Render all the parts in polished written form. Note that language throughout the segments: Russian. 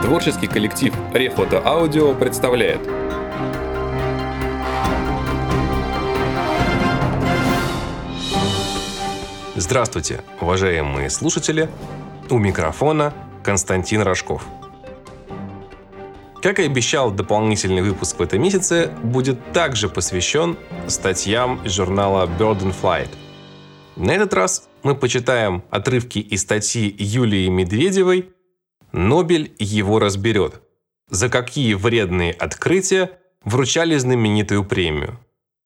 Творческий коллектив Рефото Аудио представляет. Здравствуйте, уважаемые слушатели! У микрофона Константин Рожков. Как и обещал, дополнительный выпуск в этом месяце будет также посвящен статьям из журнала Bird and Flight. На этот раз мы почитаем отрывки из статьи Юлии Медведевой «Нобель его разберет. За какие вредные открытия вручали знаменитую премию?»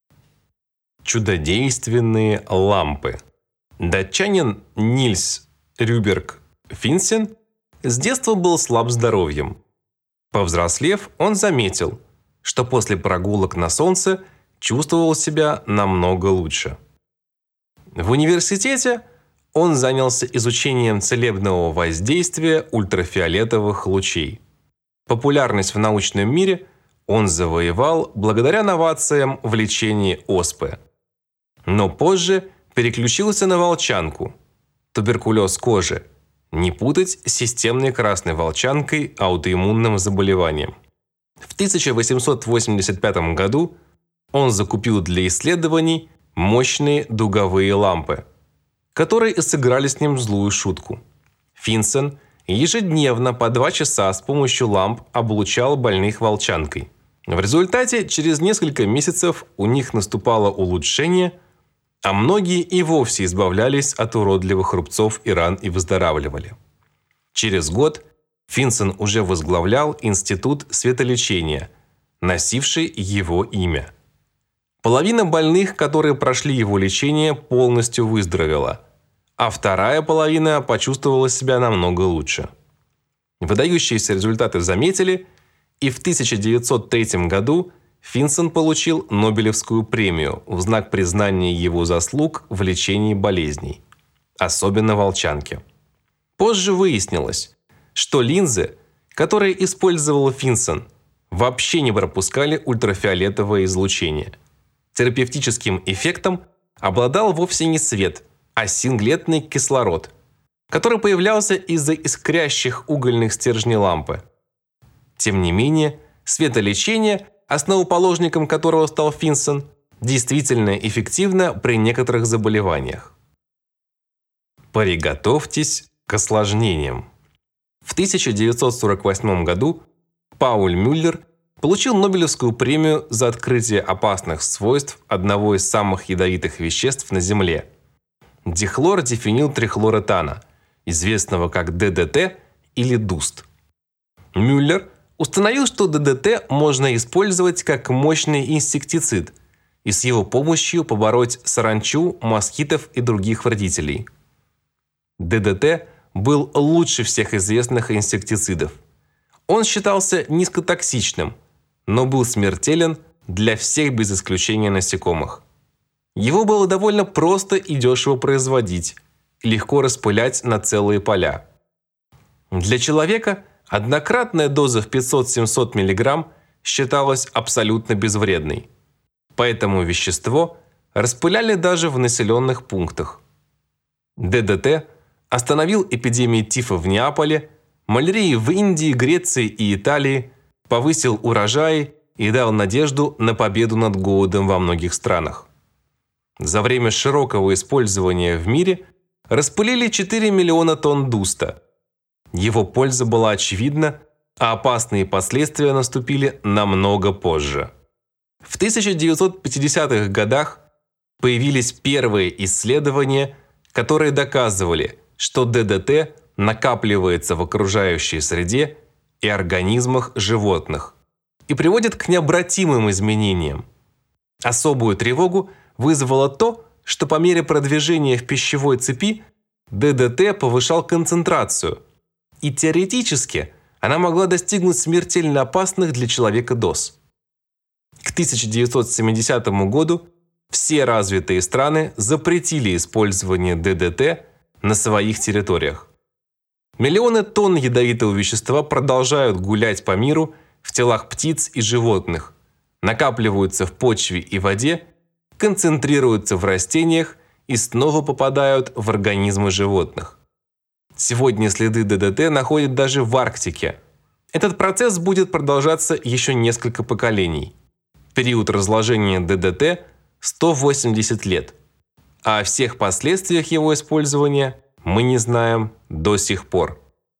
Чудодейственные лампы. Датчанин Нильс Рюберг Финсен с детства был слаб здоровьем. Повзрослев, он заметил, что после прогулок на солнце чувствовал себя намного лучше. В университете он занялся изучением целебного воздействия ультрафиолетовых лучей. Популярность в научном мире он завоевал благодаря новациям в лечении оспы. Но позже переключился на волчанку, туберкулез кожи, не путать с системной красной волчанкой, аутоиммунным заболеванием. В 1885 году он закупил для исследований мощные дуговые лампы, которые и сыграли с ним злую шутку. Финсен ежедневно по 2 часа с помощью ламп облучал больных волчанкой. В результате через несколько месяцев у них наступало улучшение, а многие и вовсе избавлялись от уродливых рубцов и ран и выздоравливали. Через год Финсен уже возглавлял Институт светолечения, носивший его имя. Половина больных, которые прошли его лечение, полностью выздоровела, а вторая половина почувствовала себя намного лучше. Выдающиеся результаты заметили, и в 1903 году Финсен получил Нобелевскую премию в знак признания его заслуг в лечении болезней, особенно волчанки. Позже выяснилось, что линзы, которые использовал Финсен, вообще не пропускали ультрафиолетовое излучение. Терапевтическим эффектом обладал вовсе не свет, а синглетный кислород, который появлялся из-за искрящих угольных стержней лампы. Тем не менее, светолечение, основоположником которого стал Финсен, действительно эффективно при некоторых заболеваниях. Приготовьтесь к осложнениям. В 1948 году Пауль Мюллер получил Нобелевскую премию за открытие опасных свойств одного из самых ядовитых веществ на Земле – дихлордифенилтрихлоретана, известного как ДДТ или ДУСТ. Мюллер установил, что ДДТ можно использовать как мощный инсектицид и с его помощью побороть саранчу, москитов и других вредителей. ДДТ был лучше всех известных инсектицидов. Он считался низкотоксичным, но был смертелен для всех без исключения насекомых. Его было довольно просто и дешево производить, легко распылять на целые поля. Для человека однократная доза в 500-700 мг считалась абсолютно безвредной. Поэтому вещество распыляли даже в населенных пунктах. ДДТ остановил эпидемии тифа в Неаполе, малярии в Индии, Греции и Италии, повысил урожаи и дал надежду на победу над голодом во многих странах. За время широкого использования в мире распылили 4 миллиона тонн дуста. Его польза была очевидна, а опасные последствия наступили намного позже. В 1950-х годах появились первые исследования, которые доказывали, что ДДТ накапливается в окружающей среде и организмах животных и приводит к необратимым изменениям. Особую тревогу вызвало то, что по мере продвижения в пищевой цепи ДДТ повышал концентрацию, и теоретически она могла достигнуть смертельно опасных для человека доз. К 1970 году все развитые страны запретили использование ДДТ на своих территориях. Миллионы тонн ядовитого вещества продолжают гулять по миру в телах птиц и животных, накапливаются в почве и воде, концентрируются в растениях и снова попадают в организмы животных. Сегодня следы ДДТ находят даже в Арктике, Этот процесс будет продолжаться еще несколько поколений. Период разложения ДДТ – 180 лет, а о всех последствиях его использования мы не знаем до сих пор.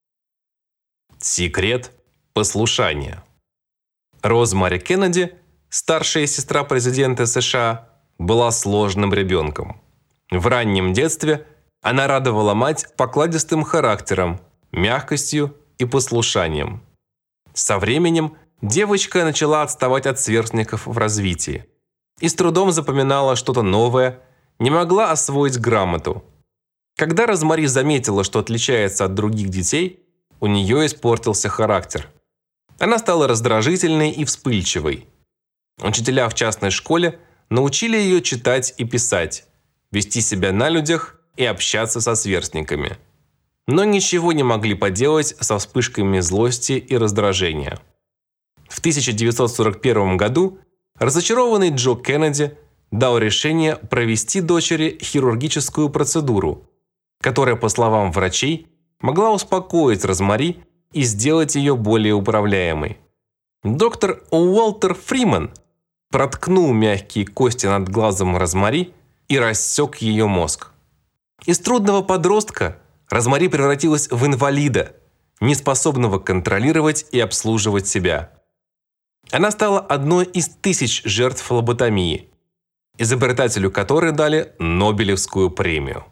Секрет послушания. Розмари Кеннеди, старшая сестра президента США, была сложным ребенком. В раннем детстве она радовала мать покладистым характером, мягкостью и послушанием. Со временем девочка начала отставать от сверстников в развитии и с трудом запоминала что-то новое, не могла освоить грамоту. Когда Розмари заметила, что отличается от других детей, у нее испортился характер. Она стала раздражительной и вспыльчивой. Учителя в частной школе научили ее читать и писать, вести себя на людях и общаться со сверстниками. Но ничего не могли поделать со вспышками злости и раздражения. В 1941 году разочарованный Джо Кеннеди дал решение провести дочери хирургическую процедуру, которая, по словам врачей, могла успокоить Розмари и сделать ее более управляемой. Доктор Уолтер Фриман проткнул мягкие кости над глазом Розмари и рассек ее мозг. Из трудного подростка Розмари превратилась в инвалида, неспособного контролировать и обслуживать себя. Она стала одной из тысяч жертв лоботомии, изобретателю которой дали Нобелевскую премию.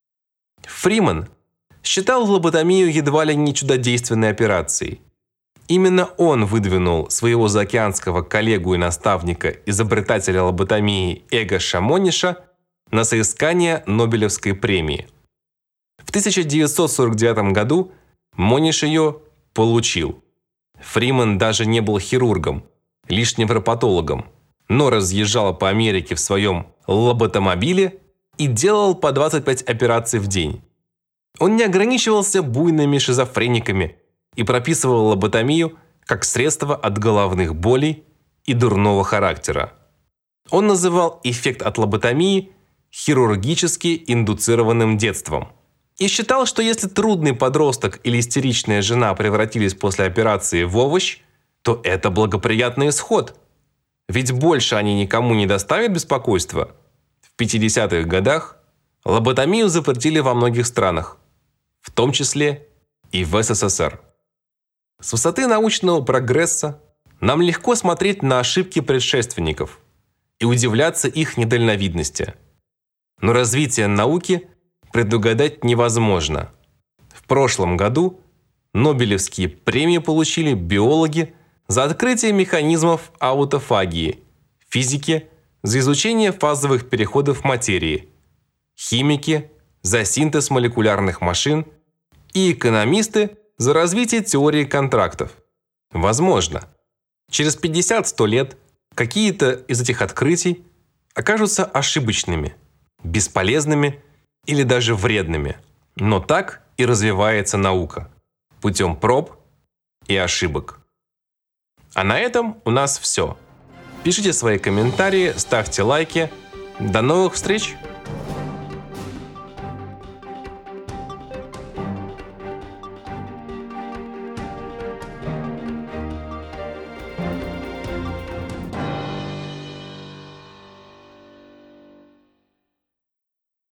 Фриман считал лоботомию едва ли не чудодейственной операцией. Именно он выдвинул своего заокеанского коллегу и наставника, изобретателя лоботомии Эго Шамониша, на соискание Нобелевской премии. В 1949 году Мониш ее получил. Фриман даже не был хирургом, лишь невропатологом, но разъезжал по Америке в своем лоботомобиле и делал по 25 операций в день. Он не ограничивался буйными шизофрениками и прописывал лоботомию как средство от головных болей и дурного характера. Он называл эффект от лоботомии хирургически индуцированным детством и считал, что если трудный подросток или истеричная жена превратились после операции в овощ, то это благоприятный исход. Ведь больше они никому не доставят беспокойства. В 50-х годах лоботомию запретили во многих странах, в том числе и в СССР. С высоты научного прогресса нам легко смотреть на ошибки предшественников и удивляться их недальновидности. Но развитие науки предугадать невозможно. В прошлом году Нобелевские премии получили биологи за открытие механизмов аутофагии, физики за изучение фазовых переходов материи, химики за синтез молекулярных машин и экономисты за развитие теории контрактов. Возможно, через 50-100 лет какие-то из этих открытий окажутся ошибочными, бесполезными или даже вредными. Но так и развивается наука путем проб и ошибок. А на этом у нас все. Пишите свои комментарии, ставьте лайки. До новых встреч!